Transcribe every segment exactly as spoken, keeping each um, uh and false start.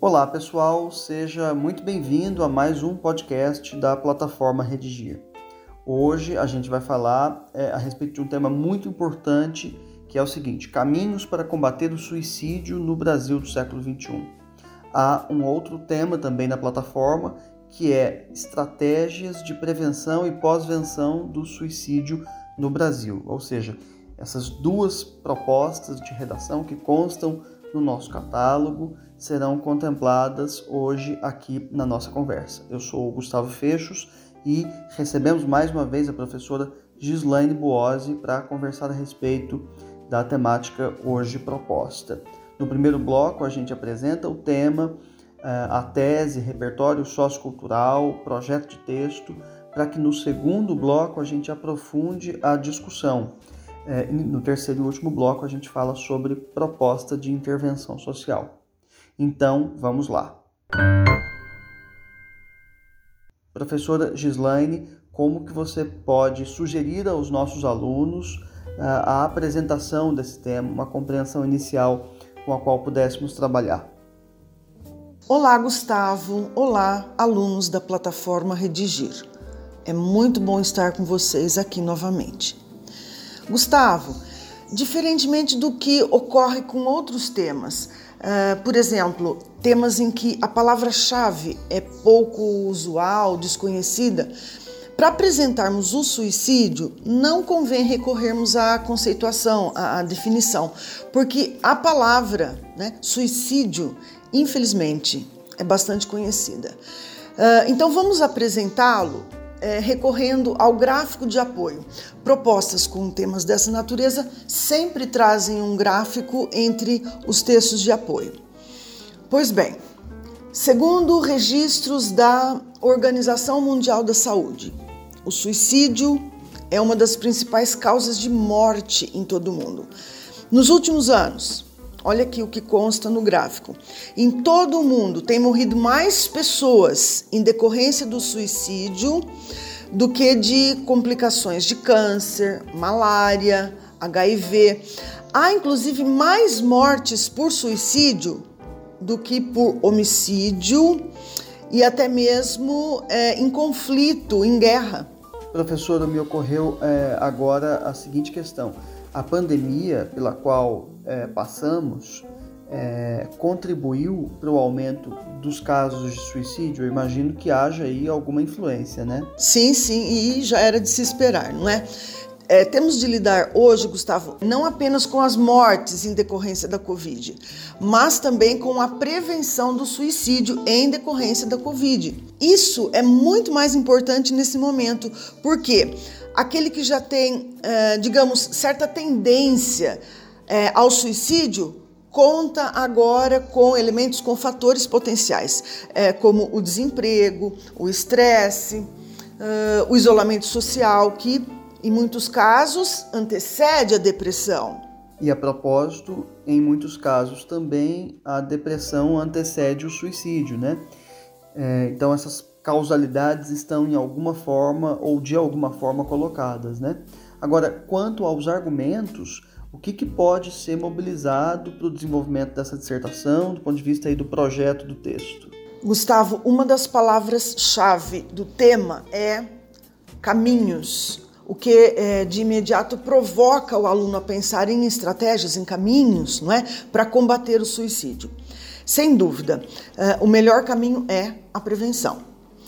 Olá pessoal, seja muito bem-vindo a mais um podcast da plataforma Redigir. Hoje a gente vai falar é, a respeito de um tema muito importante, que é o seguinte: caminhos para combater o suicídio no Brasil do século vinte e um. Há um outro tema também na plataforma, que é estratégias de prevenção e pós-venção do suicídio no Brasil. Ou seja, essas duas propostas de redação que constam no nosso catálogo serão contempladas hoje aqui na nossa conversa. Eu sou o Gustavo Fechos e recebemos mais uma vez a professora Gislaine Buozzi para conversar a respeito da temática hoje proposta. No primeiro bloco a gente apresenta o tema, a tese, repertório sociocultural, projeto de texto, para que no segundo bloco a gente aprofunde a discussão. No terceiro e último bloco a gente fala sobre proposta de intervenção social. Então, vamos lá. Professora Gislaine, como que você pode sugerir aos nossos alunos a apresentação desse tema, uma compreensão inicial com a qual pudéssemos trabalhar? Olá, Gustavo. Olá, alunos da plataforma Redigir. É muito bom estar com vocês aqui novamente. Gustavo, diferentemente do que ocorre com outros temas, uh, por exemplo, temas em que a palavra-chave é pouco usual, desconhecida, para apresentarmos o suicídio, não convém recorrermos à conceituação, à, à definição, porque a palavra, né, suicídio, infelizmente, é bastante conhecida. Uh, então, vamos apresentá-lo É, recorrendo ao gráfico de apoio. Propostas com temas dessa natureza sempre trazem um gráfico entre os textos de apoio. Pois bem, segundo registros da Organização Mundial da Saúde, o suicídio é uma das principais causas de morte em todo o mundo. Nos últimos anos, olha aqui o que consta no gráfico. Em todo o mundo tem morrido mais pessoas em decorrência do suicídio do que de complicações de câncer, malária, agá i vê. Há inclusive mais mortes por suicídio do que por homicídio e até mesmo é, em conflito, em guerra. Professora, me ocorreu é, agora a seguinte questão. A pandemia pela qual é, passamos é, contribuiu para o aumento dos casos de suicídio? Eu imagino que haja aí alguma influência, né? Sim, sim, e já era de se esperar, não é? É, temos de lidar hoje, Gustavo, não apenas com as mortes em decorrência da Covid, mas também com a prevenção do suicídio em decorrência da Covid. Isso é muito mais importante nesse momento, porque aquele que já tem, é, digamos, certa tendência é, ao suicídio, conta agora com elementos, com fatores potenciais, é, como o desemprego, o estresse, uh, o isolamento social, que em muitos casos antecede a depressão. E a propósito, em muitos casos também a depressão antecede o suicídio, né? É, então essas causalidades estão em alguma forma ou de alguma forma colocadas, né? Agora, quanto aos argumentos, o que, que pode ser mobilizado para o desenvolvimento dessa dissertação, do ponto de vista aí do projeto do texto? Gustavo, uma das palavras-chave do tema é caminhos, o que é, de imediato provoca o aluno a pensar em estratégias, em caminhos, não é, para combater o suicídio. Sem dúvida, é, o melhor caminho é a prevenção.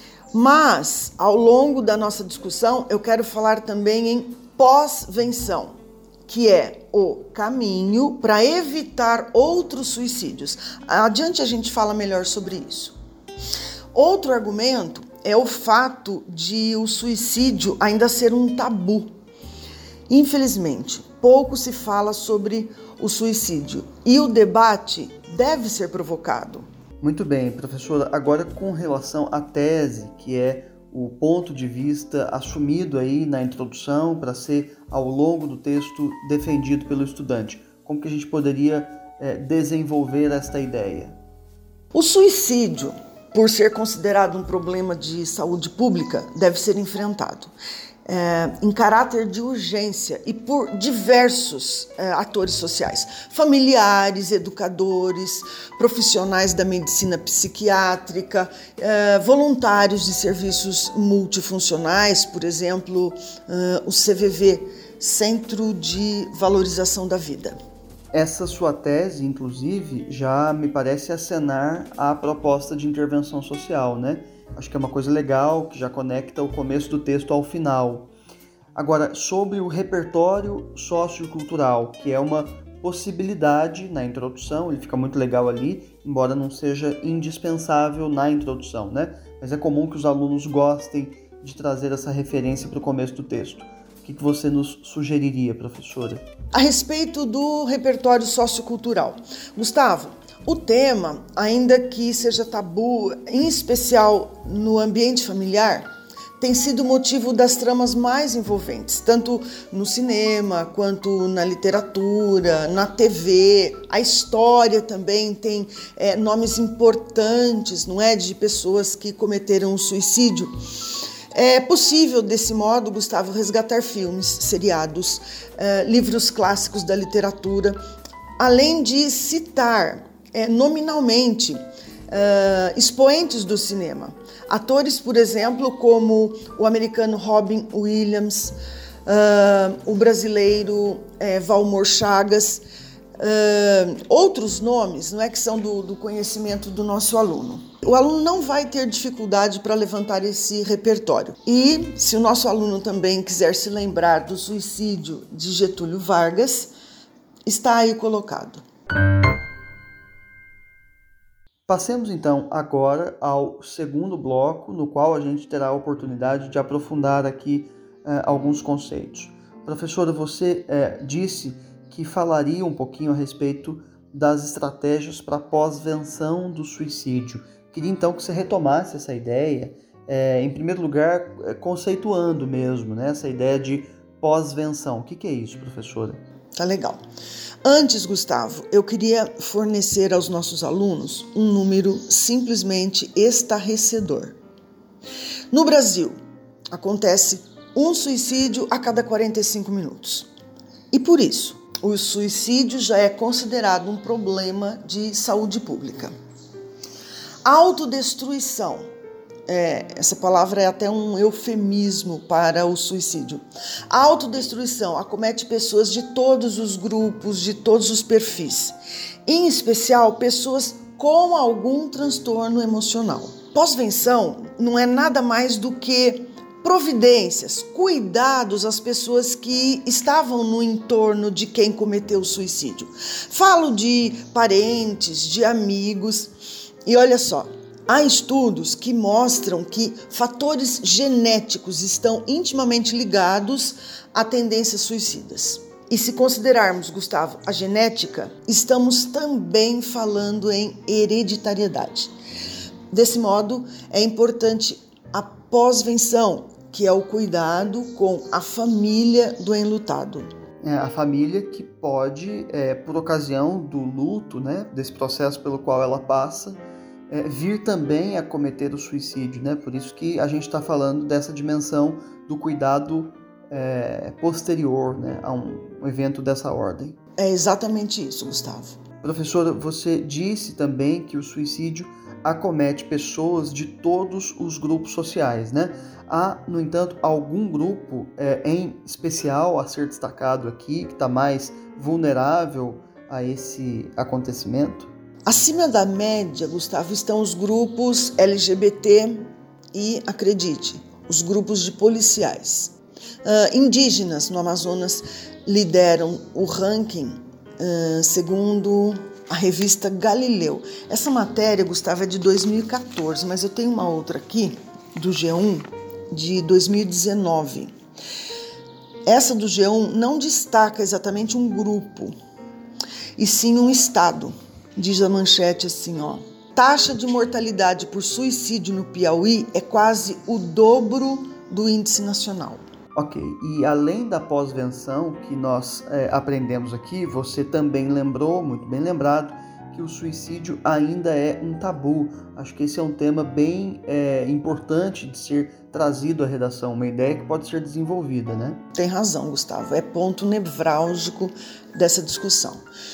Mas, ao longo da nossa discussão, eu quero falar também em pós-venção, que é o caminho para evitar outros suicídios. Adiante a gente fala melhor sobre isso. Outro argumento é o fato de o suicídio ainda ser um tabu. Infelizmente, pouco se fala sobre o suicídio e o debate deve ser provocado. Muito bem, professora. Agora, com relação à tese, que é o ponto de vista assumido aí na introdução para ser, ao longo do texto, defendido pelo estudante, como que a gente poderia é, desenvolver esta ideia? O suicídio, por ser considerado um problema de saúde pública, deve ser enfrentado. É, em caráter de urgência e por diversos é, atores sociais, familiares, educadores, profissionais da medicina psiquiátrica, é, voluntários de serviços multifuncionais, por exemplo, é, o C V V, Centro de Valorização da Vida. Essa sua tese, inclusive, já me parece acenar a proposta de intervenção social, né? Acho que é uma coisa legal, que já conecta o começo do texto ao final. Agora, sobre o repertório sociocultural, que é uma possibilidade na introdução, ele fica muito legal ali, embora não seja indispensável na introdução, né? Mas é comum que os alunos gostem de trazer essa referência para o começo do texto. O que você nos sugeriria, professora? A respeito do repertório sociocultural. Gustavo, o tema, ainda que seja tabu, em especial no ambiente familiar, tem sido motivo das tramas mais envolventes, tanto no cinema quanto na literatura, na T V. A história também tem é, nomes importantes, não é, de pessoas que cometeram suicídio. É possível, desse modo, Gustavo, resgatar filmes, seriados, é, livros clássicos da literatura, além de citar é, nominalmente é, expoentes do cinema. Atores, por exemplo, como o americano Robin Williams, uh, o brasileiro eh, Valmor Chagas, uh, outros nomes, não é, que são do, do conhecimento do nosso aluno. O aluno não vai ter dificuldade para levantar esse repertório. E se o nosso aluno também quiser se lembrar do suicídio de Getúlio Vargas, está aí colocado. Passemos então agora ao segundo bloco, no qual a gente terá a oportunidade de aprofundar aqui eh, alguns conceitos. Professora, você eh, disse que falaria um pouquinho a respeito das estratégias para pós-venção do suicídio. Queria então que você retomasse essa ideia, eh, em primeiro lugar, eh, conceituando mesmo, né, essa ideia de pós-venção. O que, que é isso, professora? Tá legal. Antes, Gustavo, eu queria fornecer aos nossos alunos um número simplesmente estarrecedor. No Brasil, acontece um suicídio a cada quarenta e cinco minutos. E por isso, o suicídio já é considerado um problema de saúde pública. A autodestruição, é, essa palavra é até um eufemismo para o suicídio. A autodestruição acomete pessoas de todos os grupos, de todos os perfis, em especial pessoas com algum transtorno emocional. Pós-venção não é nada mais do que providências, cuidados às pessoas que estavam no entorno de quem cometeu o suicídio. Falo de parentes, de amigos, e olha só, há estudos que mostram que fatores genéticos estão intimamente ligados a tendências suicidas. E se considerarmos, Gustavo, a genética, estamos também falando em hereditariedade. Desse modo, é importante a pós-venção, que é o cuidado com a família do enlutado. É, a família que pode, é, por ocasião do luto, né, desse processo pelo qual ela passa, É, vir também a cometer o suicídio, né? Por isso que a gente está falando dessa dimensão do cuidado é, posterior, né, a um, um evento dessa ordem. É exatamente isso, Gustavo. Professora, você disse também que o suicídio acomete pessoas de todos os grupos sociais, né? Há, no entanto, algum grupo é, em especial a ser destacado aqui, que está mais vulnerável a esse acontecimento? Acima da média, Gustavo, estão os grupos L G B T e, acredite, os grupos de policiais. Uh, indígenas no Amazonas lideram o ranking uh, segundo a revista Galileu. Essa matéria, Gustavo, é de dois mil e catorze, mas eu tenho uma outra aqui, do G um, de dois mil e dezenove. Essa do G um não destaca exatamente um grupo, e sim um estado. Diz a manchete assim, ó. Taxa de mortalidade por suicídio no Piauí é quase o dobro do índice nacional. Ok, e além da pós-venção que nós é, aprendemos aqui, você também lembrou, muito bem lembrado, que o suicídio ainda é um tabu. Acho que esse é um tema bem é, importante de ser trazido à redação, uma ideia que pode ser desenvolvida, né? Tem razão, Gustavo, é ponto nevrálgico dessa discussão.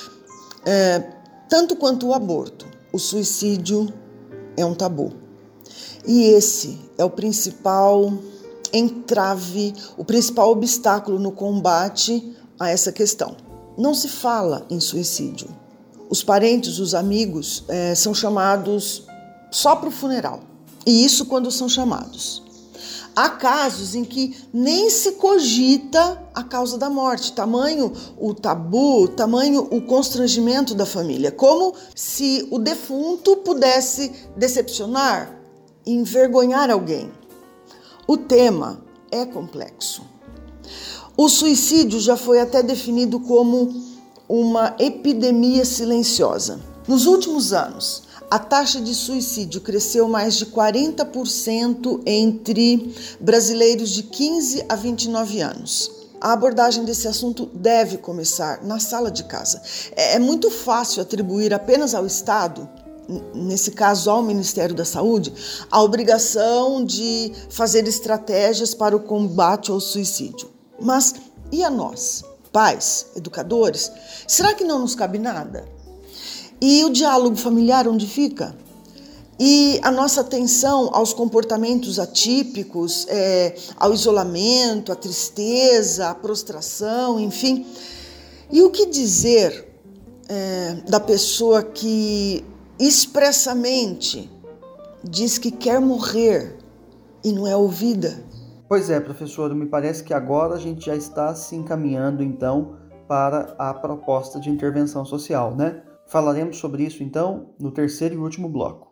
É, tanto quanto o aborto, o suicídio é um tabu. E esse é o principal entrave, o principal obstáculo no combate a essa questão. Não se fala em suicídio. Os parentes, os amigos, é, são chamados só para o funeral. E isso quando são chamados. Há casos em que nem se cogita a causa da morte, tamanho o tabu, tamanho o constrangimento da família, como se o defunto pudesse decepcionar, envergonhar alguém. O tema é complexo. O suicídio já foi até definido como uma epidemia silenciosa. Nos últimos anos, a taxa de suicídio cresceu mais de quarenta por cento entre brasileiros de quinze a vinte e nove anos. A abordagem desse assunto deve começar na sala de casa. É muito fácil atribuir apenas ao Estado, nesse caso ao Ministério da Saúde, a obrigação de fazer estratégias para o combate ao suicídio. Mas e a nós, pais, educadores? Será que não nos cabe nada? E o diálogo familiar onde fica? E a nossa atenção aos comportamentos atípicos, é, ao isolamento, à tristeza, à prostração, enfim. E o que dizer é, da pessoa que expressamente diz que quer morrer e não é ouvida? Pois é, professora, me parece que agora a gente já está se encaminhando, então, para a proposta de intervenção social, né? Falaremos sobre isso, então, no terceiro e último bloco.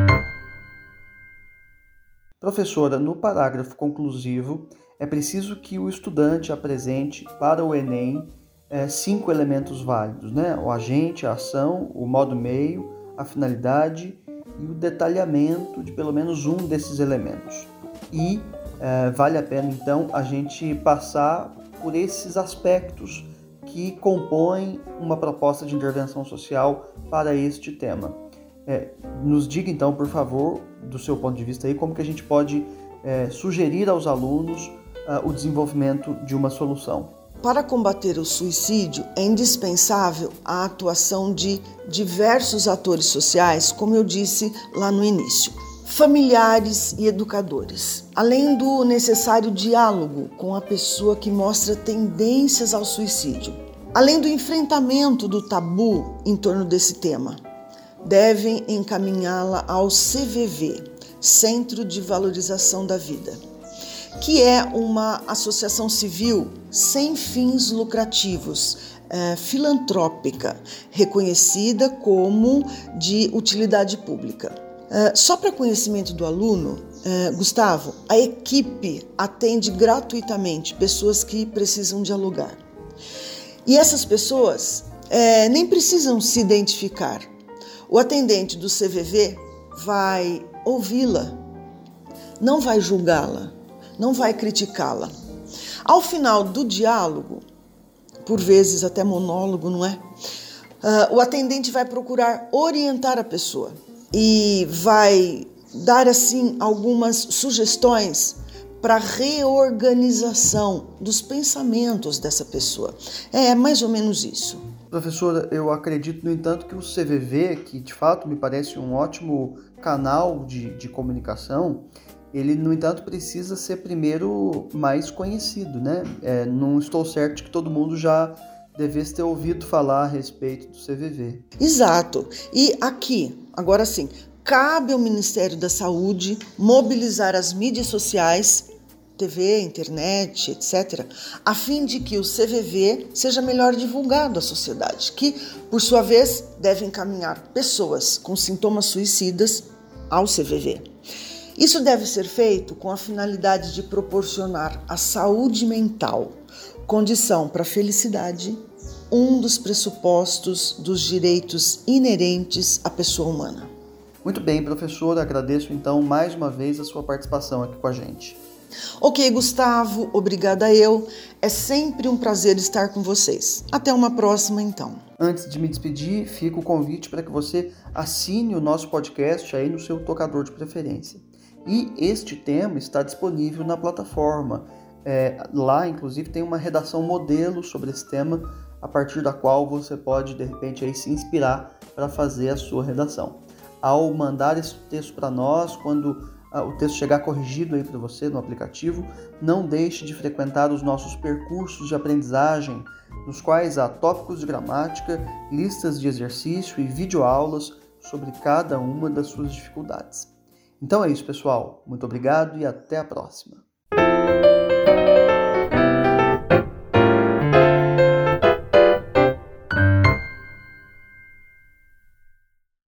Professora, no parágrafo conclusivo, é preciso que o estudante apresente para o Enem é, cinco elementos válidos, né? O agente, a ação, o modo meio, a finalidade e o detalhamento de pelo menos um desses elementos. E é, vale a pena, então, a gente passar por esses aspectos que compõem uma proposta de intervenção social para este tema. É, nos diga então, por favor, do seu ponto de vista aí, como que a gente pode é, sugerir aos alunos uh, o desenvolvimento de uma solução. Para combater o suicídio, é indispensável a atuação de diversos atores sociais, como eu disse lá no início. Familiares e educadores, além do necessário diálogo com a pessoa que mostra tendências ao suicídio, além do enfrentamento do tabu em torno desse tema, devem encaminhá-la ao C V V, Centro de Valorização da Vida, que é uma associação civil sem fins lucrativos, é, filantrópica, reconhecida como de utilidade pública. Uh, só para conhecimento do aluno, uh, Gustavo, a equipe atende gratuitamente pessoas que precisam dialogar. E essas pessoas uh, nem precisam se identificar. O atendente do C V V vai ouvi-la, não vai julgá-la, não vai criticá-la. Ao final do diálogo, por vezes até monólogo, não é? Uh, o atendente vai procurar orientar a pessoa e vai dar, assim, algumas sugestões para a reorganização dos pensamentos dessa pessoa. É mais ou menos isso. Professora, eu acredito, no entanto, que o C V V, que de fato me parece um ótimo canal de, de comunicação, ele, no entanto, precisa ser primeiro mais conhecido, né? É, não estou certo de que todo mundo já devesse ter ouvido falar a respeito do C V V. Exato. E aqui, agora sim, cabe ao Ministério da Saúde mobilizar as mídias sociais, T V, internet, etcétera, a fim de que o C V V seja melhor divulgado à sociedade, que, por sua vez, deve encaminhar pessoas com sintomas suicidas ao C V V. Isso deve ser feito com a finalidade de proporcionar a saúde mental, condição para a felicidade, um dos pressupostos dos direitos inerentes à pessoa humana. Muito bem, professor, agradeço então mais uma vez a sua participação aqui com a gente. Ok, Gustavo, obrigada eu. É sempre um prazer estar com vocês. Até uma próxima, então. Antes de me despedir, fica o convite para que você assine o nosso podcast aí no seu tocador de preferência. E este tema está disponível na plataforma. É, lá, inclusive, tem uma redação modelo sobre esse tema, a partir da qual você pode, de repente, aí, se inspirar para fazer a sua redação. Ao mandar esse texto para nós, quando ah, o texto chegar corrigido aí para você no aplicativo, não deixe de frequentar os nossos percursos de aprendizagem, nos quais há tópicos de gramática, listas de exercício e videoaulas sobre cada uma das suas dificuldades. Então é isso, pessoal. Muito obrigado e até a próxima.